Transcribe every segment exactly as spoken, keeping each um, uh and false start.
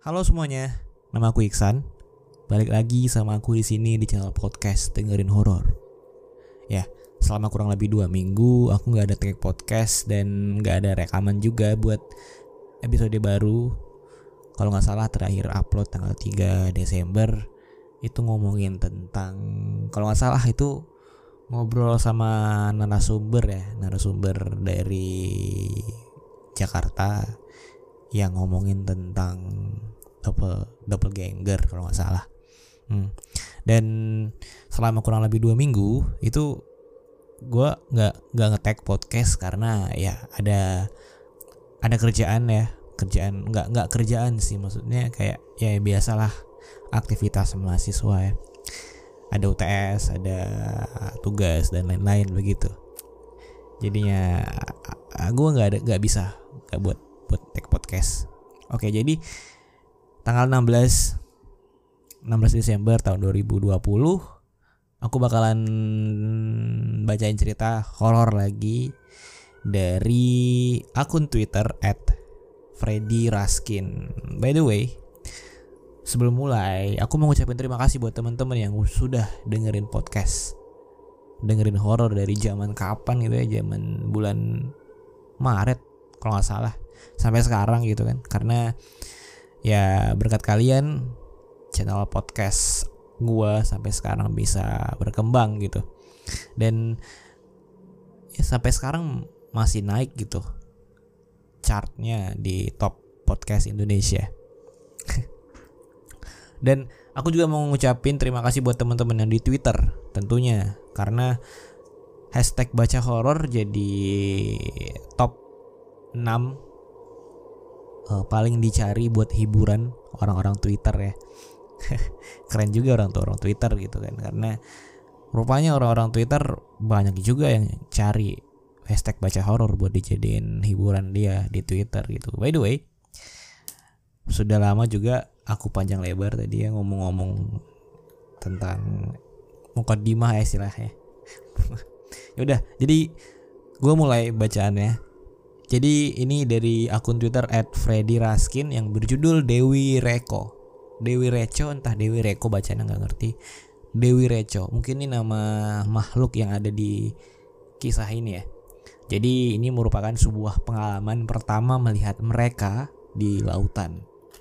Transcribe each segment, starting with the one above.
Halo semuanya, nama aku Iksan. Balik lagi sama aku di sini di channel podcast dengerin horor. Ya, selama kurang lebih dua minggu aku nggak ada tag podcast dan nggak ada rekaman juga buat episode baru. Kalau nggak salah terakhir upload tanggal tiga Desember itu ngomongin tentang, kalau nggak salah itu ngobrol sama narasumber ya, narasumber dari Jakarta yang ngomongin tentang double doppelganger kalau nggak salah. Hmm. Dan selama kurang lebih dua minggu itu gue nggak nggak nge-tag podcast karena ya ada ada kerjaan ya kerjaan nggak nggak kerjaan sih, maksudnya kayak ya biasalah aktivitas mahasiswa ya, ada U T S, ada tugas dan lain-lain begitu. Jadinya gue nggak ada nggak bisa nggak buat buat tag podcast. Oke, jadi tanggal enam belas Desember tahun dua ribu dua puluh aku bakalan bacain cerita horor lagi dari akun Twitter at Freddy Raskin. By the way, sebelum mulai aku mau ngucapin terima kasih buat teman-teman yang sudah dengerin podcast, dengerin horor dari zaman kapan gitu ya, zaman bulan Maret kalau nggak salah sampai sekarang gitu kan. Karena ya berkat kalian channel podcast gua sampai sekarang bisa berkembang gitu, dan ya sampai sekarang masih naik gitu chartnya di top podcast Indonesia. Dan aku juga mau ngucapin terima kasih buat teman-teman yang di Twitter tentunya, karena hashtag baca horor jadi top enam uh, paling dicari buat hiburan orang-orang Twitter ya. Keren juga orang tuh orang Twitter gitu kan, karena rupanya orang-orang Twitter banyak juga yang cari hashtag baca horor buat dijadiin hiburan dia di Twitter gitu. By the way, sudah lama juga aku panjang lebar tadi ya ngomong-ngomong tentang mukaddimah ya istilahnya. Yaudah, jadi gue mulai bacaannya. Jadi ini dari akun Twitter at Freddy Raskin yang berjudul Dewi Reko. Dewi Reco, entah Dewi Reko bacanya nggak ngerti. Dewi Reco, mungkin ini nama makhluk yang ada di kisah ini ya. Jadi ini merupakan sebuah pengalaman pertama melihat mereka di lautan.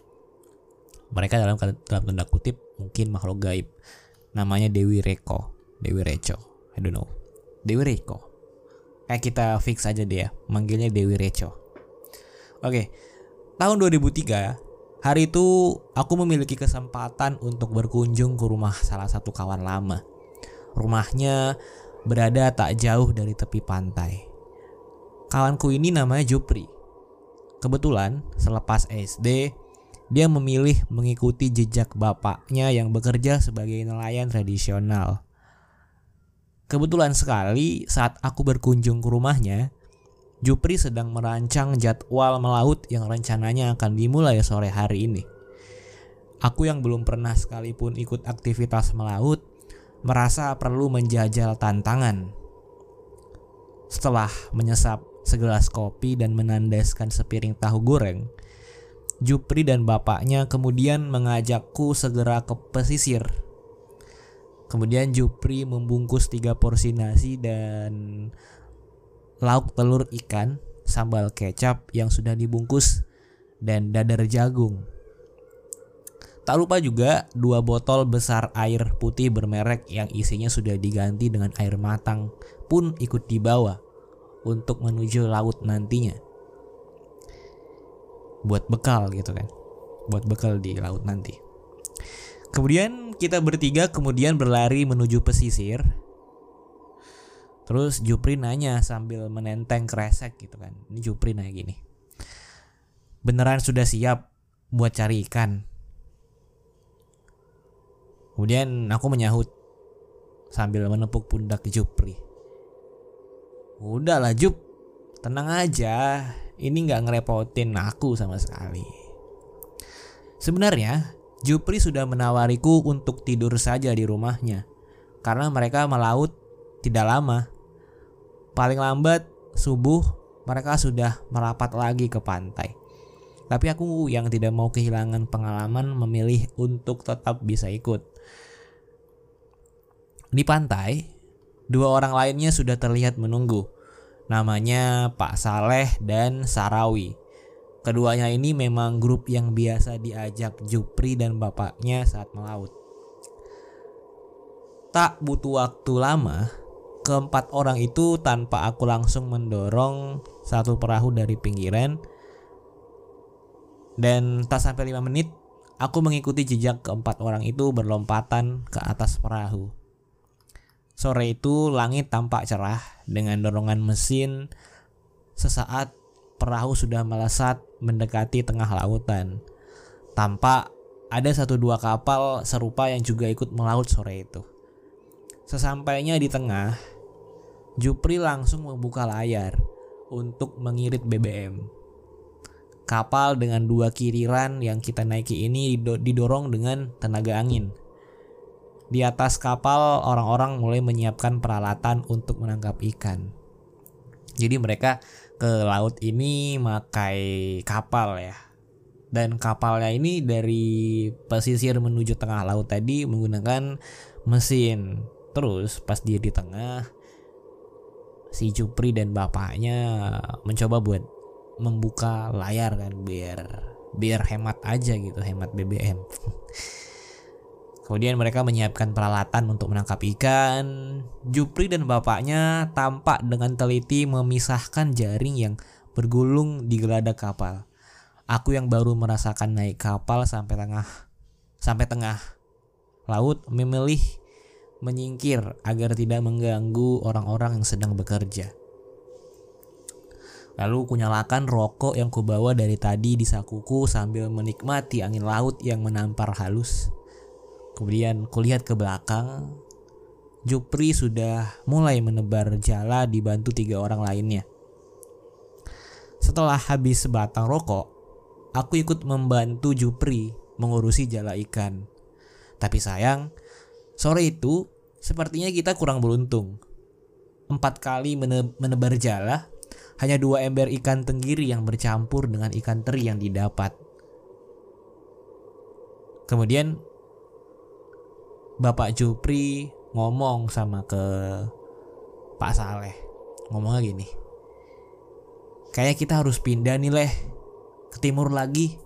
Mereka dalam dalam tanda kutip mungkin makhluk gaib. Namanya Dewi Reko, Dewi Reco, I don't know. Dewi Reko. Eh kita fix aja deh ya, manggilnya Dewi Reco. Oke, tahun dua ribu tiga, hari itu aku memiliki kesempatan untuk berkunjung ke rumah salah satu kawan lama. Rumahnya berada tak jauh dari tepi pantai. Kawanku ini namanya Jupri. Kebetulan selepas S D, dia memilih mengikuti jejak bapaknya yang bekerja sebagai nelayan tradisional. Kebetulan sekali saat aku berkunjung ke rumahnya, Jupri sedang merancang jadwal melaut yang rencananya akan dimulai sore hari ini. Aku yang belum pernah sekalipun ikut aktivitas melaut merasa perlu menjajal tantangan. Setelah menyesap segelas kopi dan menandaskan sepiring tahu goreng, Jupri dan bapaknya kemudian mengajakku segera ke pesisir. Kemudian Jupri membungkus tiga porsi nasi dan lauk telur ikan, sambal kecap yang sudah dibungkus, dan dadar jagung. Tak lupa juga dua botol besar air putih bermerek yang isinya sudah diganti dengan air matang pun ikut dibawa untuk menuju laut nantinya. Buat bekal gitu kan, buat bekal di laut nanti. Kemudian kita bertiga kemudian berlari menuju pesisir. Terus Jupri nanya sambil menenteng kresek gitu kan. Ini Jupri nanya gini, beneran sudah siap buat cari ikan? Kemudian aku menyahut sambil menepuk pundak Jupri, udahlah Jup, tenang aja, ini gak ngerepotin aku sama sekali. Sebenarnya Jupri sudah menawariku untuk tidur saja di rumahnya, karena mereka melaut tidak lama. Paling lambat subuh mereka sudah merapat lagi ke pantai. Tapi aku yang tidak mau kehilangan pengalaman memilih untuk tetap bisa ikut. Di pantai, dua orang lainnya sudah terlihat menunggu. Namanya Pak Saleh dan Sarawi. Keduanya ini memang grup yang biasa diajak Jupri dan bapaknya saat melaut. Tak butuh waktu lama, keempat orang itu tanpa aku langsung mendorong satu perahu dari pinggiran. Dan tak sampai lima menit, aku mengikuti jejak keempat orang itu berlompatan ke atas perahu. Sore itu langit tampak cerah dengan dorongan mesin. Sesaat perahu sudah melesat mendekati tengah lautan. Tampak ada satu dua kapal serupa yang juga ikut melaut sore itu. Sesampainya di tengah, Jupri langsung membuka layar untuk mengirit B B M. Kapal dengan dua kiriran yang kita naiki ini didorong dengan tenaga angin. Di atas kapal orang-orang mulai menyiapkan peralatan untuk menangkap ikan. Jadi mereka ke laut ini memakai kapal ya. Dan kapalnya ini dari pesisir menuju tengah laut tadi menggunakan mesin. Terus pas dia di tengah, si Jupri dan bapaknya mencoba buat membuka layar kan biar biar hemat aja gitu, hemat B B M. Kemudian mereka menyiapkan peralatan untuk menangkap ikan. Jupri dan bapaknya tampak dengan teliti memisahkan jaring yang bergulung di geladak kapal. Aku yang baru merasakan naik kapal sampai tengah sampai tengah laut memilih menyingkir agar tidak mengganggu orang-orang yang sedang bekerja. Lalu kunyalakan rokok yang kubawa dari tadi di sakuku sambil menikmati angin laut yang menampar halus. Kemudian kulihat ke belakang, Jupri sudah mulai menebar jala dibantu tiga orang lainnya. Setelah habis sebatang rokok, aku ikut membantu Jupri mengurusi jala ikan. Tapi sayang, sore itu sepertinya kita kurang beruntung. Empat kali menebar jala, hanya dua ember ikan tenggiri yang bercampur dengan ikan teri yang didapat. Kemudian Bapak Jupri ngomong sama ke Pak Saleh. Ngomongnya gini, kayak kita harus pindah nih Leh, ke timur lagi.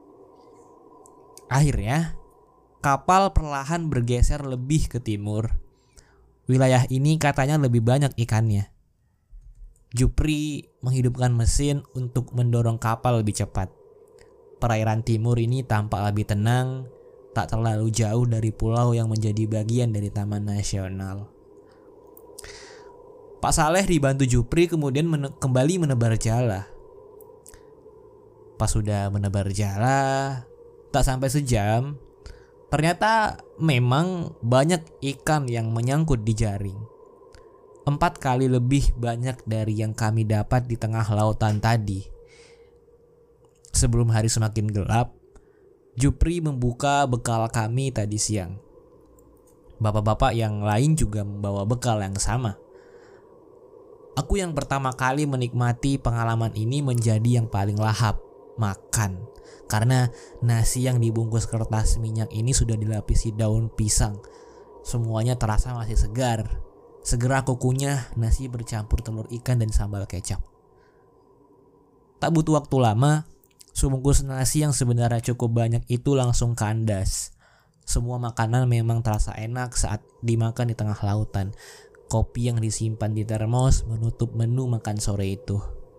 Akhirnya kapal perlahan bergeser lebih ke timur. Wilayah ini katanya lebih banyak ikannya. Jupri menghidupkan mesin untuk mendorong kapal lebih cepat. Perairan timur ini tampak lebih tenang, tak terlalu jauh dari pulau yang menjadi bagian dari Taman Nasional. Pak Saleh dibantu Jupri kemudian men- kembali menebar jala. Pas sudah menebar jala, tak sampai sejam, ternyata memang banyak ikan yang menyangkut di jaring. Empat kali lebih banyak dari yang kami dapat di tengah lautan tadi. Sebelum hari semakin gelap, Jupri membuka bekal kami tadi siang. Bapak-bapak yang lain juga membawa bekal yang sama. Aku yang pertama kali menikmati pengalaman ini menjadi yang paling lahap, makan. Karena nasi yang dibungkus kertas minyak ini sudah dilapisi daun pisang. Semuanya terasa masih segar. Segera aku kunyah nasi bercampur telur ikan dan sambal kecap. Tak butuh waktu lama, sebungkus nasi yang sebenarnya cukup banyak itu langsung kandas. Semua makanan memang terasa enak saat dimakan di tengah lautan. Kopi yang disimpan di termos menutup menu makan sore itu.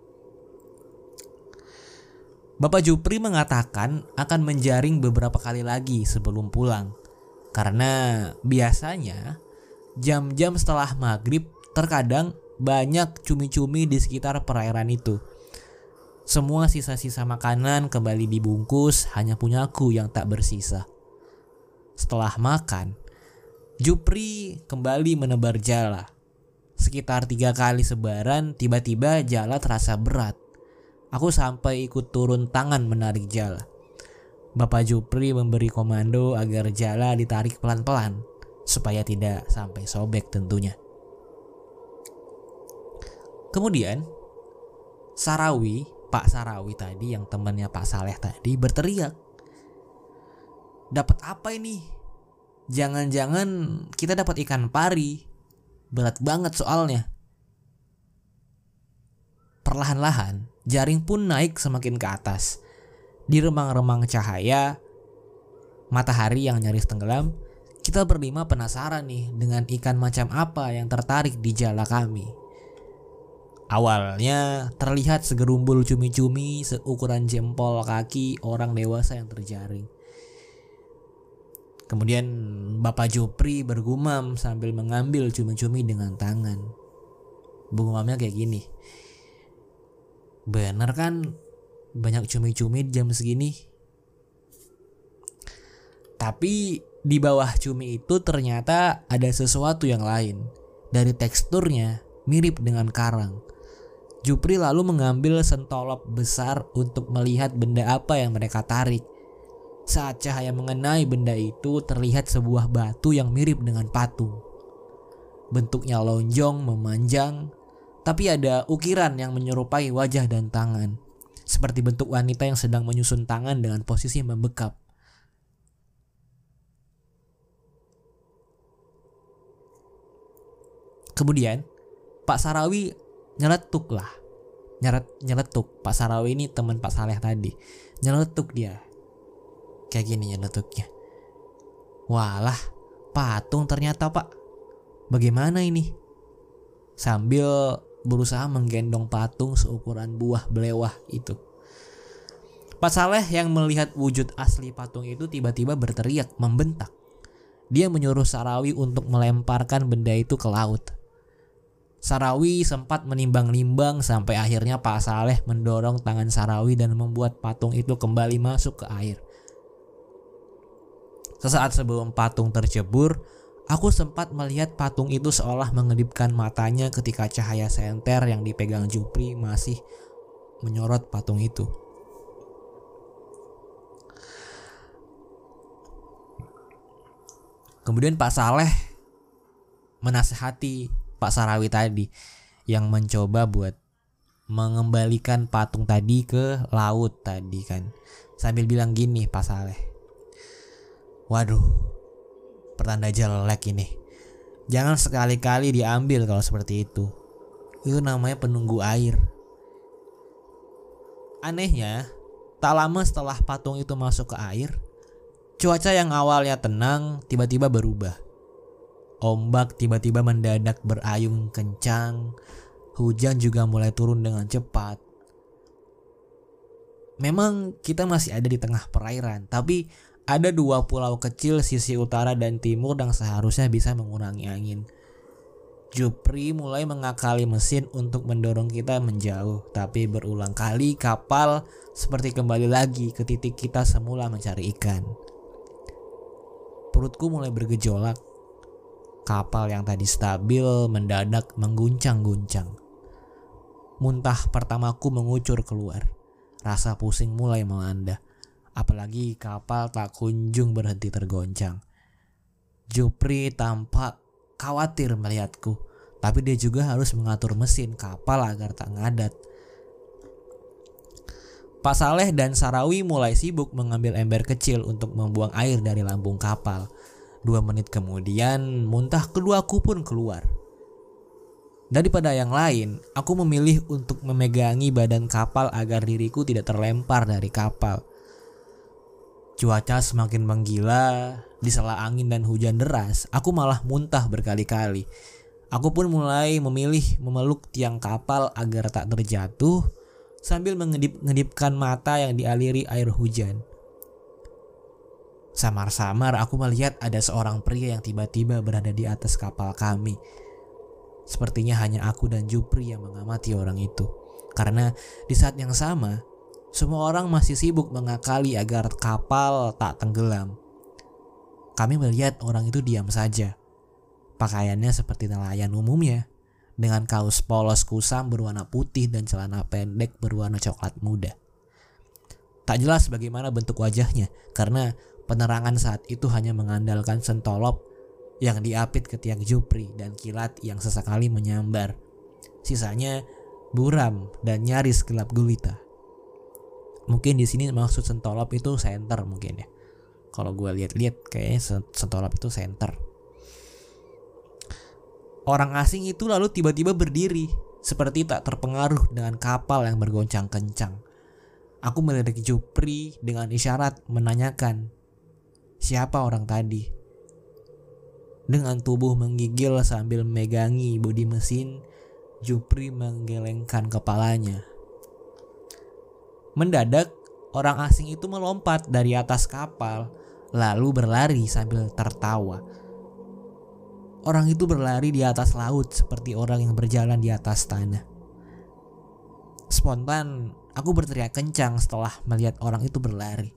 Bapak Jupri mengatakan akan menjaring beberapa kali lagi sebelum pulang. Karena biasanya jam-jam setelah maghrib terkadang banyak cumi-cumi di sekitar perairan itu. Semua sisa-sisa makanan kembali dibungkus, hanya punyaku yang tak bersisa. Setelah makan, Jupri kembali menebar jala. Sekitar tiga kali sebaran, tiba-tiba jala terasa berat. Aku sampai ikut turun tangan menarik jala. Bapak Jupri memberi komando agar jala ditarik pelan-pelan, supaya tidak sampai sobek tentunya. Kemudian Sarawi Pak Sarawi tadi, yang temannya Pak Saleh tadi, berteriak, dapat apa ini? Jangan-jangan kita dapat ikan pari. Berat banget soalnya. Perlahan-lahan jaring pun naik semakin ke atas. Di remang-remang cahaya matahari yang nyaris tenggelam, kita berlima penasaran nih dengan ikan macam apa yang tertarik di jala kami. Awalnya terlihat segerumbul cumi-cumi seukuran jempol kaki orang dewasa yang terjaring. Kemudian Bapak Jupri bergumam sambil mengambil cumi-cumi dengan tangan. Bergumamnya kayak gini, bener kan banyak cumi-cumi jam segini? Tapi di bawah cumi itu ternyata ada sesuatu yang lain. Dari teksturnya mirip dengan karang. Jupri lalu mengambil sentolop besar untuk melihat benda apa yang mereka tarik. Saat cahaya mengenai benda itu, terlihat sebuah batu yang mirip dengan patung. Bentuknya lonjong, memanjang, tapi ada ukiran yang menyerupai wajah dan tangan, seperti bentuk wanita yang sedang menyusun tangan dengan posisi membekap. Kemudian Pak Sarawi nyeletuk lah. Nyelet, nyeletuk. Pak Sarawi ini teman Pak Saleh tadi. Nyeletuk dia. Kayak gini nyeletuknya. Walah, patung ternyata Pak. Bagaimana ini? Sambil berusaha menggendong patung seukuran buah belewah itu. Pak Saleh yang melihat wujud asli patung itu tiba-tiba berteriak, membentak. Dia menyuruh Sarawi untuk melemparkan benda itu ke laut. Sarawi sempat menimbang-nimbang sampai akhirnya Pak Saleh mendorong tangan Sarawi dan membuat patung itu kembali masuk ke air. Sesaat sebelum patung tercebur, aku sempat melihat patung itu seolah mengedipkan matanya ketika cahaya senter yang dipegang Jupri masih menyorot patung itu. Kemudian Pak Saleh menasihati Pak Sarawi tadi yang mencoba buat mengembalikan patung tadi ke laut tadi kan. Sambil bilang gini Pak Saleh, waduh, pertanda jelek ini. Jangan sekali-kali diambil kalau seperti itu. Itu namanya penunggu air. Anehnya, tak lama setelah patung itu masuk ke air, cuaca yang awalnya tenang tiba-tiba berubah. Ombak tiba-tiba mendadak berayun kencang. Hujan juga mulai turun dengan cepat. Memang kita masih ada di tengah perairan, tapi ada dua pulau kecil sisi utara dan timur yang seharusnya bisa mengurangi angin. Jupri mulai mengakali mesin untuk mendorong kita menjauh, tapi berulang kali kapal seperti kembali lagi ke titik kita semula mencari ikan. Perutku mulai bergejolak. Kapal yang tadi stabil mendadak mengguncang-guncang. Muntah pertamaku mengucur keluar. Rasa pusing mulai melanda. Apalagi kapal tak kunjung berhenti tergoncang. Jupri tampak khawatir melihatku, tapi dia juga harus mengatur mesin kapal agar tak ngadat. Pak Saleh dan Sarawi mulai sibuk mengambil ember kecil untuk membuang air dari lambung kapal. Dua menit kemudian muntah keduaku pun keluar. Daripada yang lain, aku memilih untuk memegangi badan kapal agar diriku tidak terlempar dari kapal. Cuaca semakin menggila, disela angin dan hujan deras, aku malah muntah berkali-kali. Aku pun mulai memilih memeluk tiang kapal agar tak terjatuh sambil mengedip-ngedipkan mata yang dialiri air hujan. Samar-samar aku melihat ada seorang pria yang tiba-tiba berada di atas kapal kami. Sepertinya hanya aku dan Jupri yang mengamati orang itu. Karena di saat yang sama, semua orang masih sibuk mengakali agar kapal tak tenggelam. Kami melihat orang itu diam saja. Pakaiannya seperti nelayan umumnya, dengan kaos polos kusam berwarna putih dan celana pendek berwarna coklat muda. Tak jelas bagaimana bentuk wajahnya, karena penerangan saat itu hanya mengandalkan sentolop yang diapit ke tiang Jupri dan kilat yang sesekali menyambar. Sisanya buram dan nyaris gelap gulita. Mungkin di sini maksud sentolop itu center mungkin ya. Kalau gue lihat-lihat kayaknya sentolop itu center. Orang asing itu lalu tiba-tiba berdiri, seperti tak terpengaruh dengan kapal yang bergoncang kencang. Aku melirik Jupri dengan isyarat menanyakan, siapa orang tadi? Dengan tubuh menggigil sambil megangi bodi mesin, Jupri menggelengkan kepalanya. Mendadak, orang asing itu melompat dari atas kapal, lalu berlari sambil tertawa. Orang itu berlari di atas laut seperti orang yang berjalan di atas tanah. Spontan, aku berteriak kencang setelah melihat orang itu berlari.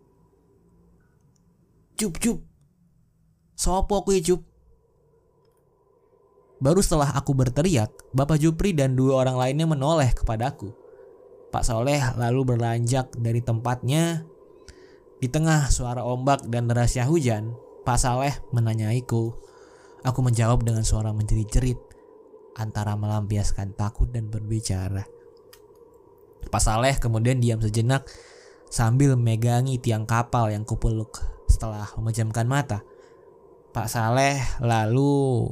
Cup, cup. Sopo kuwi, cup? Baru setelah aku berteriak, Bapak Jupri dan dua orang lainnya menoleh kepadaku. Pak Soleh lalu beranjak dari tempatnya. Di tengah suara ombak dan derasnya hujan, Pak Saleh menanyaiku. Aku menjawab dengan suara menjerit-jerit, antara melampiaskan takut dan berbicara. Pak Saleh kemudian diam sejenak sambil megangi tiang kapal yang kupeluk. Setelah memejamkan mata, Pak Saleh lalu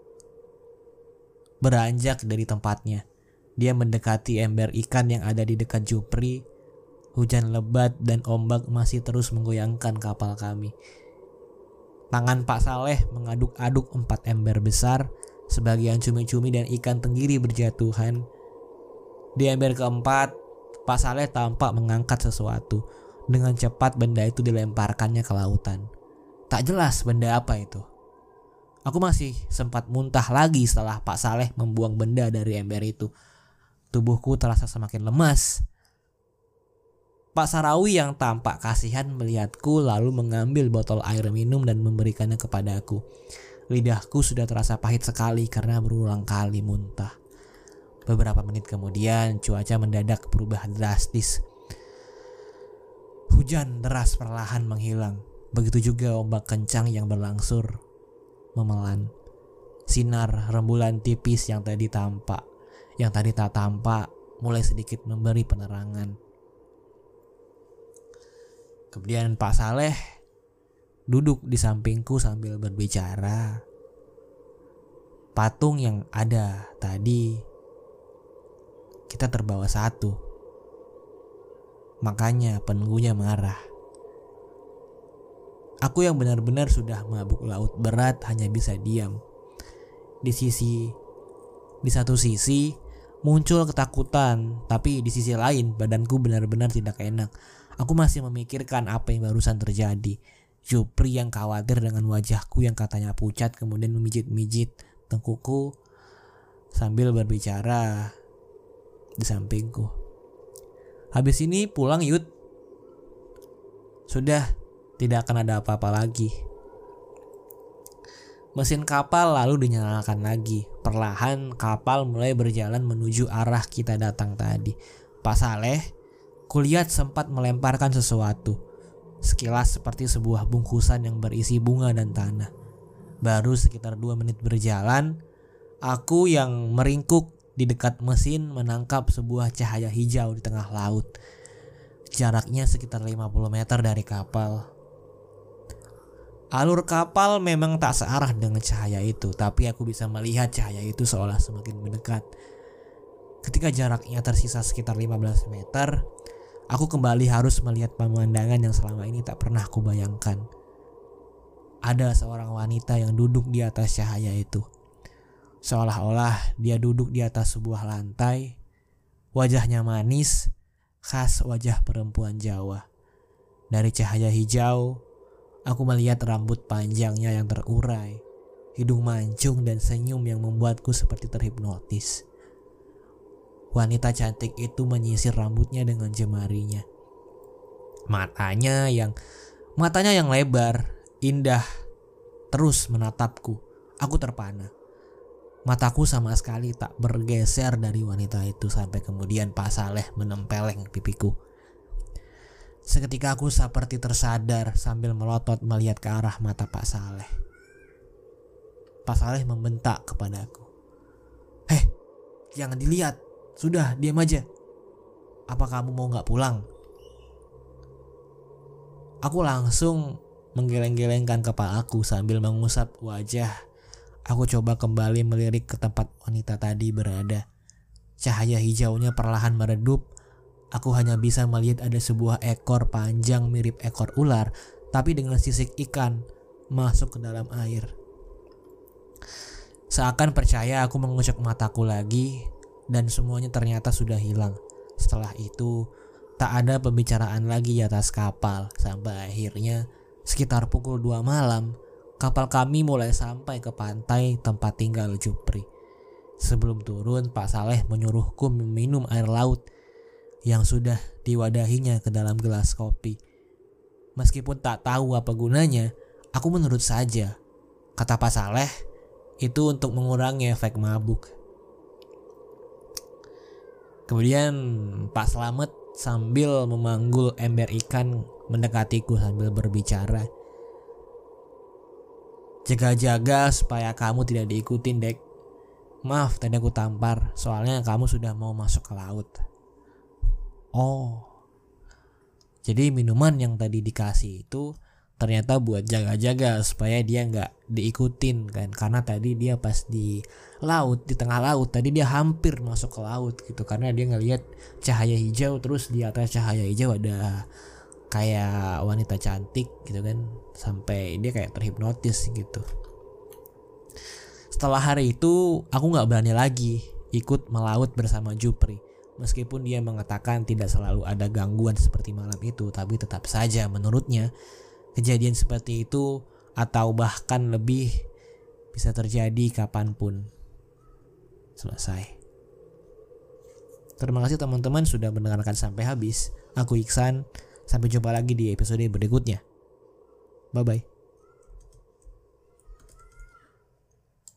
beranjak dari tempatnya. Dia mendekati ember ikan yang ada di dekat Jupri. Hujan lebat dan ombak masih terus menggoyangkan kapal kami. Tangan Pak Saleh mengaduk-aduk empat ember besar, sebagian cumi-cumi dan ikan tenggiri berjatuhan. Di ember keempat, Pak Saleh tampak mengangkat sesuatu. Dengan cepat benda itu dilemparkannya ke lautan. Tak jelas benda apa itu. Aku masih sempat muntah lagi setelah Pak Saleh membuang benda dari ember itu. Tubuhku terasa semakin lemas. Pak Sarawi yang tampak kasihan melihatku lalu mengambil botol air minum dan memberikannya kepadaku. Lidahku sudah terasa pahit sekali karena berulang kali muntah. Beberapa menit kemudian cuaca mendadak berubah drastis. Hujan deras perlahan menghilang. Begitu juga ombak kencang yang berlangsur memelan. Sinar rembulan tipis yang tadi tampak, yang tadi tak tampak, mulai sedikit memberi penerangan. Kemudian Pak Saleh duduk di sampingku sambil berbicara. Patung yang ada tadi, kita terbawa satu. Makanya penunggunya marah. Aku yang benar-benar sudah mabuk laut berat hanya bisa diam. Di sisi, di satu sisi muncul ketakutan, tapi di sisi lain badanku benar-benar tidak enak. Aku masih memikirkan apa yang barusan terjadi. Jupri yang khawatir dengan wajahku yang katanya pucat kemudian memijit-mijit tengkukku sambil berbicara di sampingku. Habis ini pulang Yud. Sudah, tidak akan ada apa-apa lagi. Mesin kapal lalu dinyalakan lagi. Perlahan kapal mulai berjalan menuju arah kita datang tadi. Pak Saleh, kulihat sempat melemparkan sesuatu. Sekilas seperti sebuah bungkusan yang berisi bunga dan tanah. Baru sekitar dua menit berjalan, aku yang meringkuk di dekat mesin menangkap sebuah cahaya hijau di tengah laut. Jaraknya sekitar lima puluh meter dari kapal. Alur kapal memang tak searah dengan cahaya itu, tapi aku bisa melihat cahaya itu seolah semakin mendekat. Ketika jaraknya tersisa sekitar lima belas meter, aku kembali harus melihat pemandangan yang selama ini tak pernah aku bayangkan. Ada seorang wanita yang duduk di atas cahaya itu. Seolah-olah dia duduk di atas sebuah lantai. Wajahnya manis, khas wajah perempuan Jawa. Dari cahaya hijau, aku melihat rambut panjangnya yang terurai, hidung mancung dan senyum yang membuatku seperti terhipnotis. Wanita cantik itu menyisir rambutnya dengan jemarinya. Matanya yang matanya yang lebar, indah, terus menatapku. Aku terpana. Mataku sama sekali tak bergeser dari wanita itu sampai kemudian Pak Saleh menempeleng pipiku. Seketika aku seperti tersadar sambil melotot melihat ke arah mata Pak Saleh. Pak Saleh membentak kepadaku. "Heh, jangan dilihat. Sudah, diam aja. Apa kamu mau gak pulang?" Aku langsung menggeleng-gelengkan kepalaku sambil mengusap wajah. Aku coba kembali melirik ke tempat wanita tadi berada. Cahaya hijaunya perlahan meredup. Aku hanya bisa melihat ada sebuah ekor panjang mirip ekor ular, tapi dengan sisik ikan masuk ke dalam air. Seakan percaya, aku mengucek mataku lagi dan semuanya ternyata sudah hilang. Setelah itu tak ada pembicaraan lagi di atas kapal sampai akhirnya sekitar pukul dua malam kapal kami mulai sampai ke pantai tempat tinggal Jupri. Sebelum turun, Pak Saleh menyuruhku meminum air laut yang sudah diwadahinya ke dalam gelas kopi. Meskipun tak tahu apa gunanya, aku menurut saja. Kata Pak Saleh, itu untuk mengurangi efek mabuk. Kemudian Pak Slamet sambil memanggul ember ikan mendekatiku sambil berbicara. Jaga-jaga supaya kamu tidak diikutin, Dek. Maaf tadi aku tampar, soalnya kamu sudah mau masuk ke laut. Oh, jadi minuman yang tadi dikasih itu ternyata buat jaga-jaga supaya dia nggak diikutin kan, karena tadi dia pas di laut, di tengah laut tadi dia hampir masuk ke laut gitu, karena dia ngelihat cahaya hijau, terus di atas cahaya hijau ada kayak wanita cantik gitu kan, sampai dia kayak terhipnotis gitu. Setelah hari itu aku nggak berani lagi ikut melaut bersama Jupri. Meskipun dia mengatakan tidak selalu ada gangguan seperti malam itu, tapi tetap saja menurutnya kejadian seperti itu atau bahkan lebih bisa terjadi kapanpun. Selesai. Terima kasih teman-teman sudah mendengarkan sampai habis. Aku Iksan. Sampai jumpa lagi di episode berikutnya. Bye bye.